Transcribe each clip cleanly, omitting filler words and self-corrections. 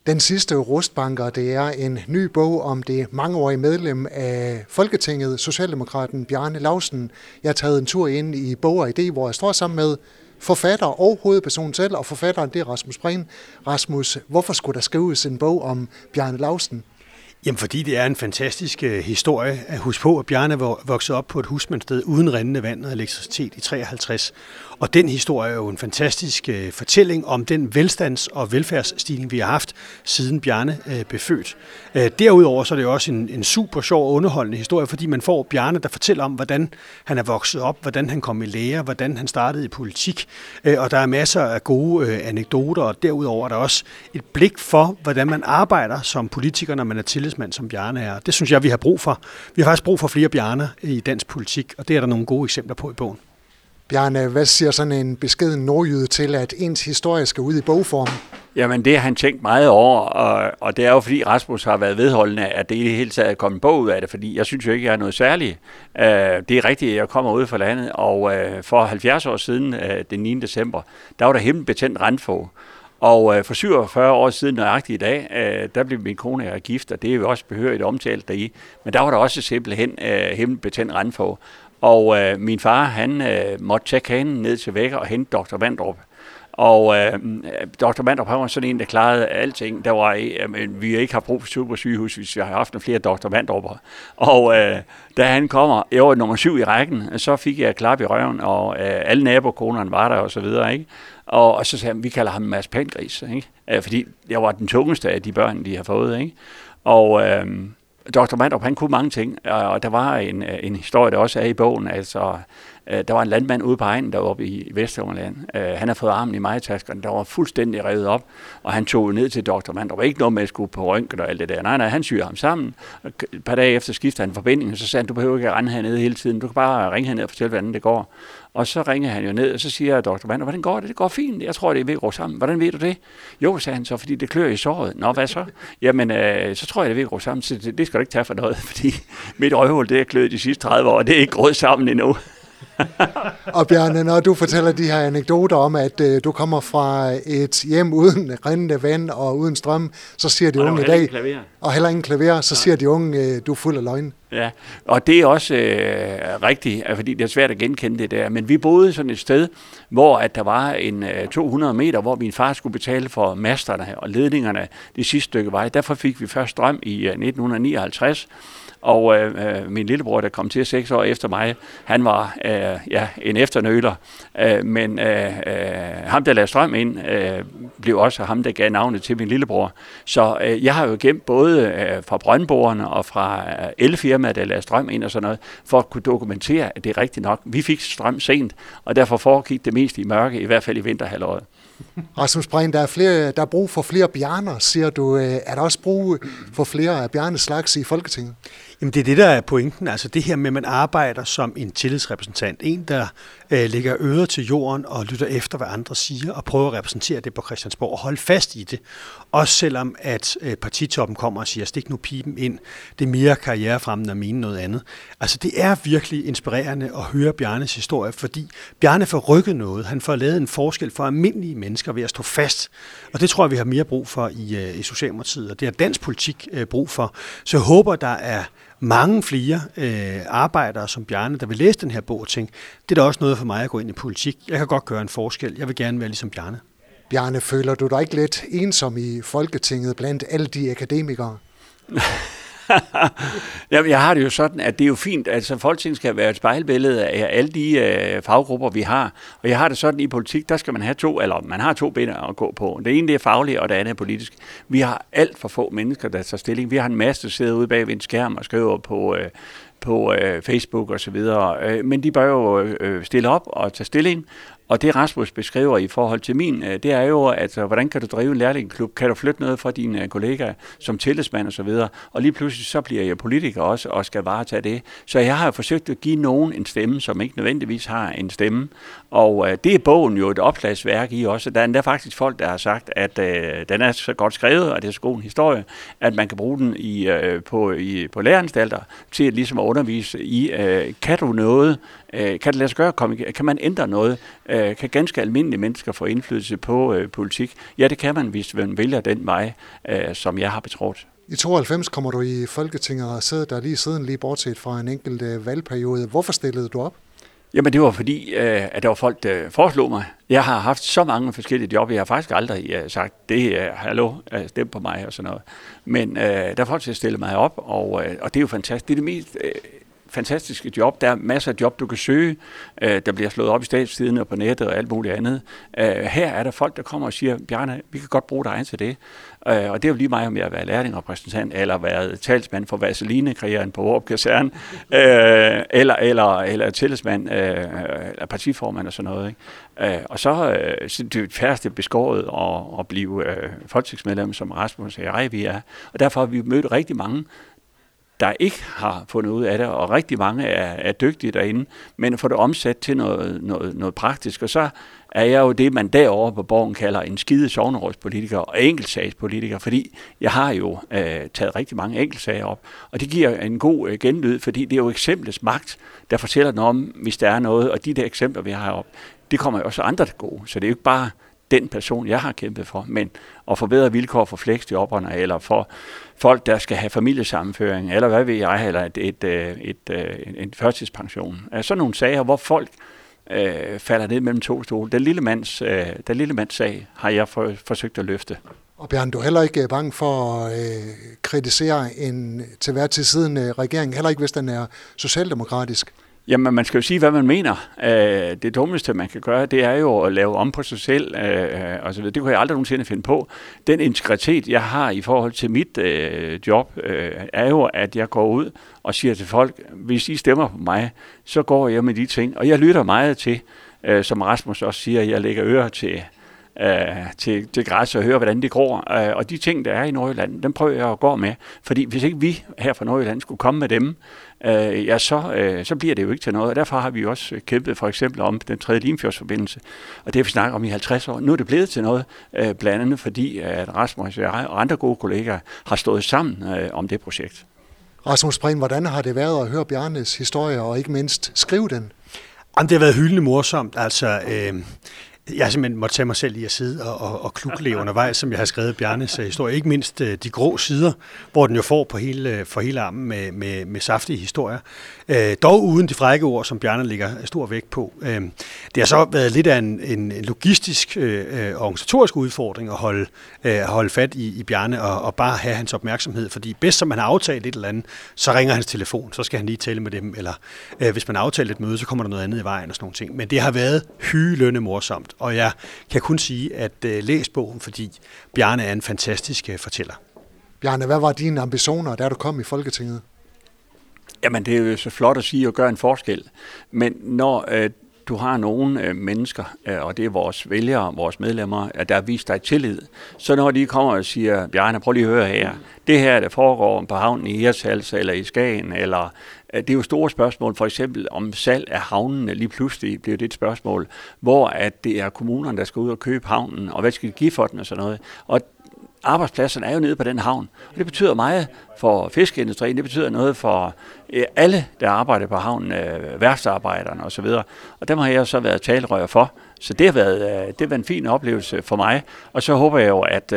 Den sidste rustbanker, det er en ny bog om det mangeårige medlem af Folketinget, Socialdemokraten Bjarne Laustsen. Jeg har taget en tur ind i Bog og Idé, hvor jeg står sammen med forfatter og hovedpersonen selv, og forfatteren det er Rasmus Prehn. Rasmus, hvorfor skulle der skrives en bog om Bjarne Laustsen? Jamen, fordi det er en fantastisk historie at huske på, at Bjarne voksede op på et husmandssted uden rindende vand og elektricitet i 53. Og den historie er jo en fantastisk fortælling om den velstands- og velfærdsstigning, vi har haft, siden Bjarne blev født. Derudover så er det jo også en super sjov og underholdende historie, fordi man får Bjarne, der fortæller om, hvordan han er vokset op, hvordan han kom i lære, hvordan han startede i politik. Og der er masser af gode anekdoter, og derudover er der også et blik for, hvordan man arbejder som politiker, når man er tillidsmand, som Bjarne er. Det synes jeg, vi har brug for. Vi har faktisk brug for flere Bjarner i dansk politik, og det er der nogle gode eksempler på i bogen. Bjarne, hvad siger sådan en beskeden nordjyde til, at ens historie skal ud i bogform? Jamen, det har han tænkt meget over, og det er jo fordi Rasmus har været vedholdende, at det i det hele taget er kommet en bog ud af det, fordi jeg synes jo ikke, jeg er noget særligt. Det er rigtigt, at jeg kommer ud fra landet, og for 70 år siden, den 9. december, der var der himmelbetændt Randfog. Og for 47 år siden, nøjagtigt i dag, der blev min kone og jeg gift, og det er jo også behørigt omtalt deri. Men der var der også simpelthen himmelbetændt Randfog. Og min far, han måtte tage kanen ned til væk og hente Dr. Vandrup. Og Dr. Vandrup, han var sådan en, der klarede alting. Der var, vi ikke har brug for supersygehus, hvis vi har haft nogle flere Dr. Vandrup'er. Og da han kommer, jeg var nummer 7 i rækken, så fik jeg klap i røven, og alle nabokonerne var der og så videre, ikke? Og så sagde han, vi kalder ham Mads Pandgris, ikke? Fordi jeg var den tungeste af de børn, de har fået, ikke? Og Dr. Vandrup, han kunne mange ting, og der var en historie, der også er i bogen, altså der var en landmand ude på egnen deroppe i Vesthimmerland. Han havde fået armen i majtaskerne, der var fuldstændig revet op, og han tog ned til Dr. Vandrup. Ikke noget med at skulle på røntgen og alt det der. Nej, han syr ham sammen. Et par dage efter skiftede han forbindingen, og så sagde han, du behøver ikke at rende hernede hele tiden. Du kan bare ringe herned og fortælle, hvordan det går. Og så ringer han jo ned, og så siger Dr. Vandrup, hvordan går det? Det går fint. Jeg tror, det er ved at gå sammen. Hvordan ved du det? Jo, sagde han så, fordi det klør i såret. Nå, hvad så? Jamen, så tror jeg, det er ved at gå sammen. Så det skal du ikke tage for noget, fordi mit røvhul, det er kløet de sidste 30 år, og det er ikke gået sammen endnu. Og Bjarne, når du fortæller de her anekdoter om, at du kommer fra et hjem uden rindende vand og uden strøm, så siger de unge i dag, og heller ingen klaver, så siger de unge, du er fuld af løgn. Ja, og det er også rigtigt, fordi det er svært at genkende det der, men vi boede sådan et sted, hvor at der var en 200 meter, hvor min far skulle betale for masterne og ledningerne det sidste stykke vej. Derfor fik vi først strøm i 1959, og min lillebror, der kom til 6 år efter mig, han var en efternøler, men ham, der lagde strøm ind, blev også ham, der gav navnet til min lillebror. Så jeg har jo gemt både fra brøndborerne og fra elfirmaer, der lagde strøm ind og sådan noget, for at kunne dokumentere, at det er rigtigt nok. Vi fik strøm sent, og derfor foregik det mest i mørke, i hvert fald i vinterhalvåret. Rasmus Prehn, der er brug for flere Bjarner, siger du. Er der også brug for flere af Bjarnes slags i Folketinget? Jamen det er det, der er pointen. Altså det her med, at man arbejder som en tillidsrepræsentant. En, der lægger ører til jorden og lytter efter, hvad andre siger, og prøver at repræsentere det på Christiansborg og holde fast i det. Også selvom at partitoppen kommer og siger, stik nu pipen ind, det er mere karrierefremmende at mene noget andet. Altså det er virkelig inspirerende at høre Bjarnes historie, fordi Bjarne får rykket noget. Han får lavet en forskel for almindelige mennesker ved at stå fast. Og det tror jeg, vi har mere brug for i Socialdemokratiet, og det har dansk politik brug for. Så jeg håber, der er mange flere arbejdere som Bjarne, der vil læse den her bog og tænke, det er da også noget for mig at gå ind i politik. Jeg kan godt gøre en forskel. Jeg vil gerne være ligesom Bjarne. Bjarne, føler du dig ikke lidt ensom i Folketinget blandt alle de akademikere? Jamen, jeg har det jo sådan, at det er jo fint, altså Folketinget skal være et spejlbillede af alle de faggrupper, vi har. Og jeg har det sådan, i politik, der skal man have man har to ben at gå på. Det ene det er fagligt, og det andet er politisk. Vi har alt for få mennesker, der tager stilling. Vi har en masse, der sidder ude bag ved en skærm og skriver på Facebook og så videre. Men de bør jo stille op og tage stilling. Og det Rasmus beskriver i forhold til min, det er jo, at hvordan kan du drive en lærlingeklub? Kan du flytte noget fra dine kollegaer som tillidsmand og så videre? Og lige pludselig så bliver jeg politiker også og skal varetage det. Så jeg har forsøgt at give nogen en stemme, som ikke nødvendigvis har en stemme. Og det er bogen jo et opslagsværk i også. Der er endda faktisk folk, der har sagt, at den er så godt skrevet, og det er så god en historie, at man kan bruge den på læreanstalter til ligesom at undervise i, kan du noget? Kan det lade sig gøre? Kan man ændre noget? Kan ganske almindelige mennesker få indflydelse på politik? Ja, det kan man, hvis man vælger den vej, som jeg har betrådt. I 92 kommer du i Folketinget og sidder der lige bortset fra en enkelt valgperiode. Hvorfor stillede du op? Jamen det var fordi, at der var folk, der foreslog mig. Jeg har haft så mange forskellige job, jeg har faktisk aldrig sagt, det er hallo, stem på mig og sådan noget. Men der er folk til at stille mig op, og det er jo fantastisk. Det er det mest fantastiske job. Der er masser af job, du kan søge. Der bliver slået op i Statstidende og på nettet og alt muligt andet. Her er der folk, der kommer og siger, Bjarne, vi kan godt bruge dig til det. Og det er jo lige mig, om jeg har været lærlingrepræsentant, eller været talsmand for Vaseline-karrieren på Vorup Kaserne, eller tillidsmand, eller partiformand og sådan noget. Ikke? Og så det færreste beskåret at blive folketingsmedlem, som Rasmus og jeg, vi er. Og derfor har vi mødt rigtig mange, der ikke har fundet ud af det, og rigtig mange er dygtige derinde, men at få det omsat til noget praktisk. Og så er jeg jo det, man derovre på Borgen kalder en skide sognerådspolitiker og enkeltsagspolitiker, fordi jeg har jo taget rigtig mange enkeltsager op, og det giver en god genlyd, fordi det er jo eksemplets magt, der fortæller noget om, hvis der er noget, og de der eksempler, vi har op, det kommer jo også andre til gode, så det er jo ikke bare den person, jeg har kæmpet for, men at forbedre vilkår for fleksjobberne, eller for folk, der skal have familiesammenføring, eller hvad ved jeg, eller en førtidspension. Altså nogle sager, hvor folk falder ned mellem to stole. Den lille mands sag har jeg forsøgt at løfte. Og Bjarne, du er heller ikke bange for at kritisere en til hver tid siddende regering, heller ikke hvis den er socialdemokratisk? Jamen, man skal jo sige, hvad man mener. Det dummeste, man kan gøre, det er jo at lave om på sig selv. Og så videre. Det kunne jeg aldrig nogensinde finde på. Den integritet, jeg har i forhold til mit job, er jo, at jeg går ud og siger til folk, hvis I stemmer på mig, så går jeg med de ting. Og jeg lytter meget til, som Rasmus også siger, jeg lægger ører til græs og hører, hvordan det gror. Og de ting, der er i Nordjylland, dem prøver jeg at gå med. Fordi hvis ikke vi her fra Nordjylland skulle komme med dem, så bliver det jo ikke til noget. Og derfor har vi også kæmpet for eksempel om den 3. Limfjordsforbindelse. Og det har vi snakket om i 50 år. Nu er det blevet til noget, blandt andet fordi at Rasmus og jeg og andre gode kollegaer har stået sammen om det projekt. Rasmus Prehn, hvordan har det været at høre Bjarnes historie og ikke mindst skrive den? Jamen, det har været hyldende morsomt. Altså, jeg har simpelthen måtte tage mig selv i at sidde og klukke undervejs, som jeg har skrevet Bjarnes historie. Ikke mindst de grå sider, hvor den jo får for hele armen med saftige historier. Dog uden de frække ord, som Bjarne lægger stor vægt på. Det har så været lidt af en logistisk organisatorisk udfordring at holde fat i Bjarne og bare have hans opmærksomhed. Fordi bedst som man har aftalt et eller andet, så ringer hans telefon, så skal han lige tale med dem. Eller hvis man har aftalt et møde, så kommer der noget andet i vejen og sådan nogle ting. Men det har været hyldende morsomt. Og jeg kan kun sige, at læs bogen, fordi Bjarne er en fantastisk fortæller. Bjarne, hvad var dine ambitioner, da du kom i Folketinget? Jamen, det er jo så flot at sige at gøre en forskel. Men når du har nogle mennesker, og det er vores vælgere, vores medlemmer, der har vist dig tillid, så når de kommer og siger, Bjarne, prøv lige at høre her, det her, der foregår på havnen i Hirtshals eller i Skagen, eller det er jo store spørgsmål, for eksempel om salg af havnene lige pludselig bliver det et spørgsmål, hvor at det er kommunerne, der skal ud og købe havnen, og hvad skal de give for den og sådan noget. Og arbejdspladserne er jo nede på den havn, og det betyder meget for fiskeindustrien, det betyder noget for alle, der arbejder på havnen, værftsarbejderne osv. Og dem har jeg så været talerør for, så det har været en fin oplevelse for mig, og så håber jeg jo, at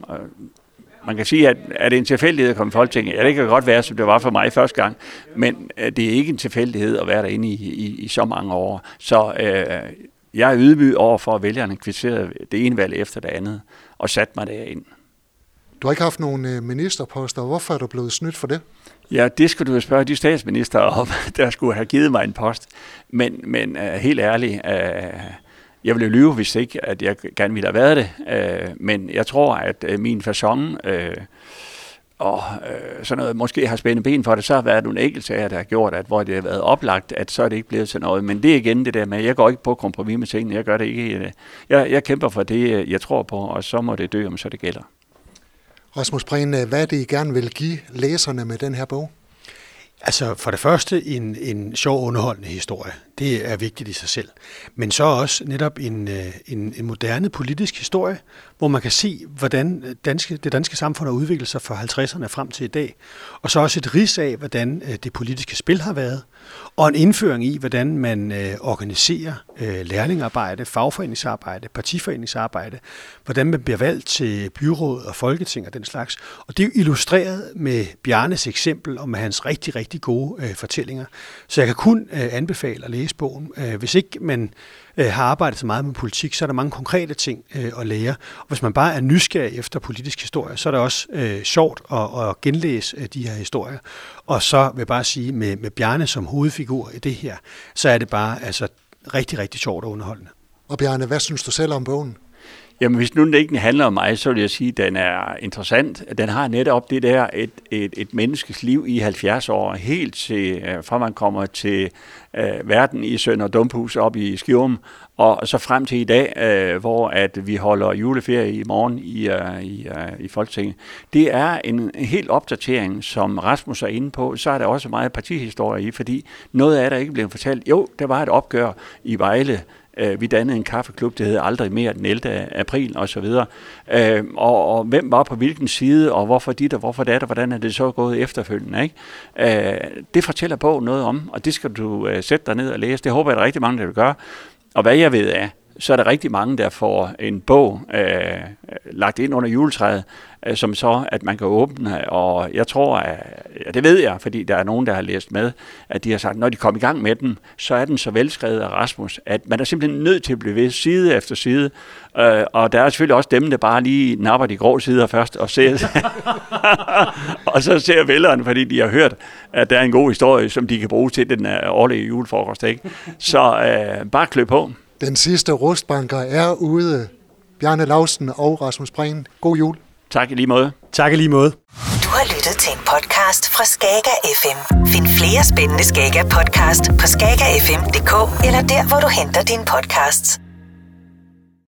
man kan sige, at er det en tilfældighed at komme i Folketinget? Ja, det kan godt være, som det var for mig første gang, men det er ikke en tilfældighed at være derinde i så mange år. Så jeg er ydmyg over for, at vælgerne kvitterede det ene valg efter det andet, og satte mig derind. Du har ikke haft nogen ministerposter. Hvorfor er du blevet snydt for det? Ja, det skulle du spørge de statsminister om, der skulle have givet mig en post. Men helt ærligt, jeg ville lyve, hvis ikke, at jeg gerne ville have været det. Men jeg tror, at min facon og sådan noget måske har spændt ben for det, så har været nogle enkeltsager, der har gjort, at hvor det har været oplagt, at så er det ikke blevet til noget. Men det er igen det der med, jeg går ikke på kompromis med tingene, jeg gør det ikke. Jeg kæmper for det, jeg tror på, og så må det dø, om så det gælder. Rasmus Prehn, hvad er det, I gerne vil give læserne med den her bog? Altså for det første en sjov underholdende historie. Det er vigtigt i sig selv. Men så også netop en moderne politisk historie, hvor man kan se, hvordan det danske samfund har udviklet sig fra 50'erne frem til i dag. Og så også et rids af, hvordan det politiske spil har været. Og en indføring i, hvordan man organiserer lærlingarbejde, fagforeningsarbejde, partiforeningsarbejde, hvordan man bliver valgt til byråd og folketing og den slags. Og det er jo illustreret med Bjarnes eksempel og med hans rigtig, rigtig gode fortællinger. Så jeg kan kun anbefale at læse bogen. Hvis ikke man har arbejdet så meget med politik, så er der mange konkrete ting at lære. Og hvis man bare er nysgerrig efter politisk historie, så er det også sjovt at genlæse de her historier. Og så vil jeg bare sige, med Bjarne som hovedfigur i det her, så er det bare rigtig, rigtig sjovt og underholdende. Og Bjarne, hvad synes du selv om bogen? Jamen, hvis nu den ikke handler om mig, så vil jeg sige, at den er interessant. Den har netop det der, et menneskes liv i 70 år, helt til, fra man kommer til verden i Sønder Dumphus op i Skjum, og så frem til i dag, hvor at vi holder juleferie i morgen i Folketinget. Det er en helt opdatering, som Rasmus er inde på. Så er der også meget partihistorie i, fordi noget af det er ikke blevet fortalt. Jo, der var et opgør i Vejle. Vi dannede en kaffeklub, det hed Aldrig mere den 11. april og så videre. Og hvem var på hvilken side, og hvorfor dit og hvorfor dat, og hvordan er det så gået efterfølgende, ikke? Det fortæller bogen noget om, og det skal du sætte dig ned og læse. Det håber jeg, der er rigtig mange, der vil gøre. Og hvad jeg ved af, så er der rigtig mange, der får en bog lagt ind under juletræet, som så, at man kan åbne, og jeg tror, det ved jeg, fordi der er nogen, der har læst med, at de har sagt, at når de kommer i gang med den, så er den så velskrevet af Rasmus, at man er simpelthen nødt til at blive ved side efter side, og der er selvfølgelig også dem, der bare lige napper de grå sider først og ser, og så ser vælgerne, fordi de har hørt, at der er en god historie, som de kan bruge til den årlige julefrokost, ikke? Så bare klø på. Den sidste rustbanker er ude. Bjarne Laustsen og Rasmus Prehn. God jul. Tak i lige måde. Tak i lige måde. Du har lyttet til en podcast fra Skager FM. Find flere spændende Skager podcast på skagerfm.dk eller der, hvor du henter dine podcasts.